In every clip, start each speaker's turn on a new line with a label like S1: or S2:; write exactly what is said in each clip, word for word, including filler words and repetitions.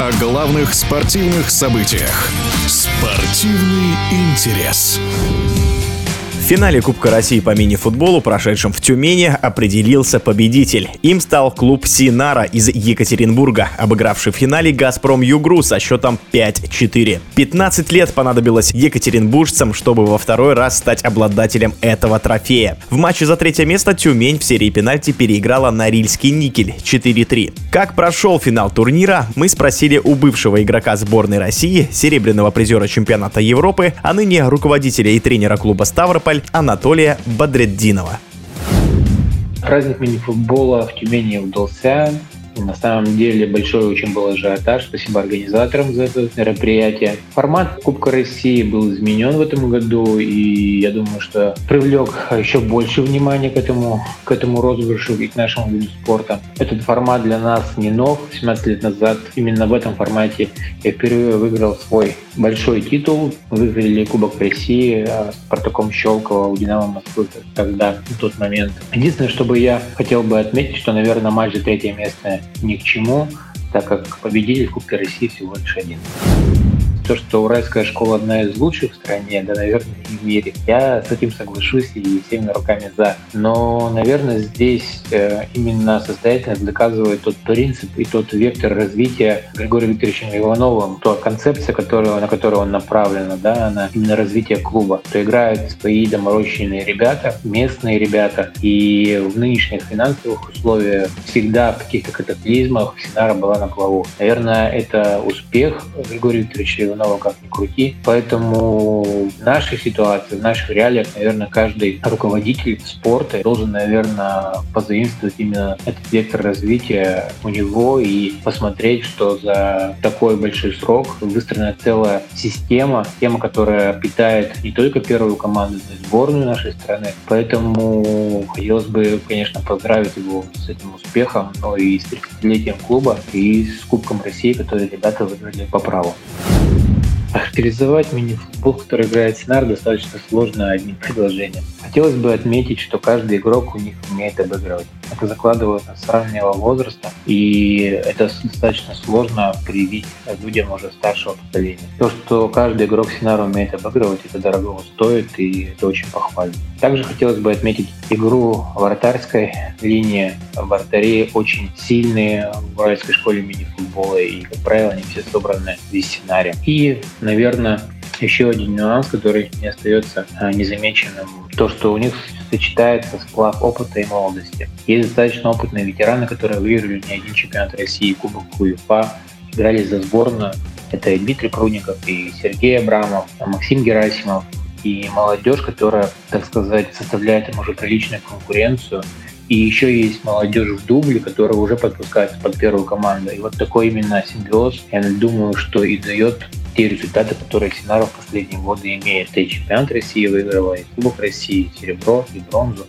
S1: О главных спортивных событиях. Спортивный интерес.
S2: В финале Кубка России по мини-футболу, прошедшем в Тюмени, определился победитель. Им стал клуб «Синара» из Екатеринбурга, обыгравший в финале «Газпром Югру» со счетом пять четыре. пятнадцать лет понадобилось екатеринбуржцам, чтобы во второй раз стать обладателем этого трофея. В матче за третье место Тюмень в серии пенальти переиграла Норильский «Никель» четыре три. Как прошел финал турнира, мы спросили у бывшего игрока сборной России, серебряного призера чемпионата Европы, а ныне руководителя и тренера клуба «Ставрополь» Анатолия Бадретдинова.
S3: Праздник мини-футбола в Тюмени удался. На самом деле большой очень был ажиотаж. Спасибо организаторам за это мероприятие. Формат Кубка России был изменен в этом году, и я думаю, что привлек еще больше внимания к этому, к этому розыгрышу и к нашему виду спорта. Этот формат для нас не нов. семнадцать лет назад именно в этом формате я впервые выиграл свой большой титул. Выиграли Кубок России с Спартаком Щелково у «Динамо Москвы» тогда, в тот момент. Единственное, что бы я хотел бы отметить, что, наверное, матч за третье место ни к чему, так как победитель в Кубке России всего лишь один. То, что уральская школа одна из лучших в стране, да, наверное, и в мире, я с этим соглашусь и всеми руками за. Но, наверное, здесь э, именно состоятельность доказывает тот принцип и тот вектор развития Григория Викторовича Иванова, та концепция, которую, на которую он направлен, да, на именно развитие клуба. То играют свои доморощенные ребята, местные ребята, и в нынешних финансовых условиях всегда в каких-то катаклизмах Синара была на плаву. Наверное, это успех Григория Викторовича Иванова, как ни крути. Поэтому в нашей ситуации, в наших реалиях, наверное, каждый руководитель спорта должен, наверное, позаимствовать именно этот вектор развития у него и посмотреть, что за такой большой срок выстроена целая система, система, которая питает не только первую команду, но и сборную нашей страны. Поэтому хотелось бы, конечно, поздравить его с этим успехом, но и с тридцатилетием клуба, и с Кубком России, который ребята выиграли по праву. Характеризовать мини-футбол, который играет Синар, достаточно сложно одним предложением. Хотелось бы отметить, что каждый игрок у них умеет обыгрывать. Это закладывается с раннего возраста, и это достаточно сложно привить людям уже старшего поколения. То, что каждый игрок Синара умеет обыгрывать, это дорого стоит, и это очень похвально. Также хотелось бы отметить игру вратарской линии. Вратари очень сильные в уральской школе мини-футбола, и, как правило, они все собраны в Синаре. И, наверное, еще один нюанс, который не остается незамеченным, то, что у них сочетается сплав опыта и молодости. Есть достаточно опытные ветераны, которые выиграли не один чемпионат России, Кубок УЕФА, играли за сборную. Это и Дмитрий Прудников, и Сергей Абрамов, Максим Герасимов, и молодежь, которая, так сказать, составляет им уже приличную конкуренцию. И еще есть молодежь в дубле, которая уже подпускается под первую команду. И вот такой именно симбиоз, я думаю, что и дает те результаты, которые Синара в последние годы имеет. И чемпионат России выиграла, и Кубок России, и серебро, и бронзу.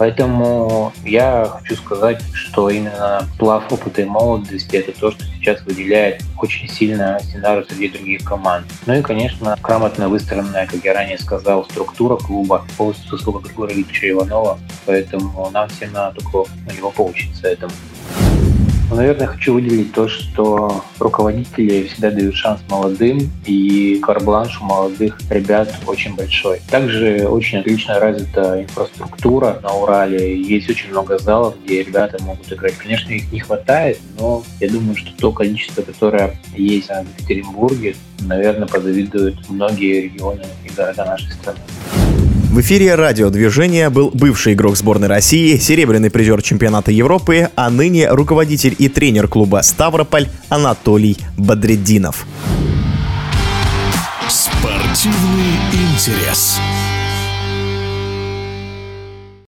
S3: Поэтому я хочу сказать, что именно сплав опыта и молодости — это то, что сейчас выделяет очень сильно Синару среди других команд. Ну и, конечно, грамотно выстроенная, как я ранее сказал, структура клуба, полностью заслуга Григория Викторовича Иванова. Поэтому нам всем надо только у него поучиться этому. Но, наверное, хочу выделить то, что руководители всегда дают шанс молодым, и карт-бланш у молодых ребят очень большой. Также очень отлично развита инфраструктура на Урале. Есть очень много залов, где ребята могут играть. Конечно, их не хватает, но я думаю, что то количество, которое есть в Екатеринбурге, наверное, позавидуют многие регионы и города нашей страны.
S2: В эфире радиодвижения был бывший игрок сборной России, серебряный призер чемпионата Европы, а ныне руководитель и тренер клуба «Ставрополь» Анатолий Бадретдинов.
S1: Спортивный интерес.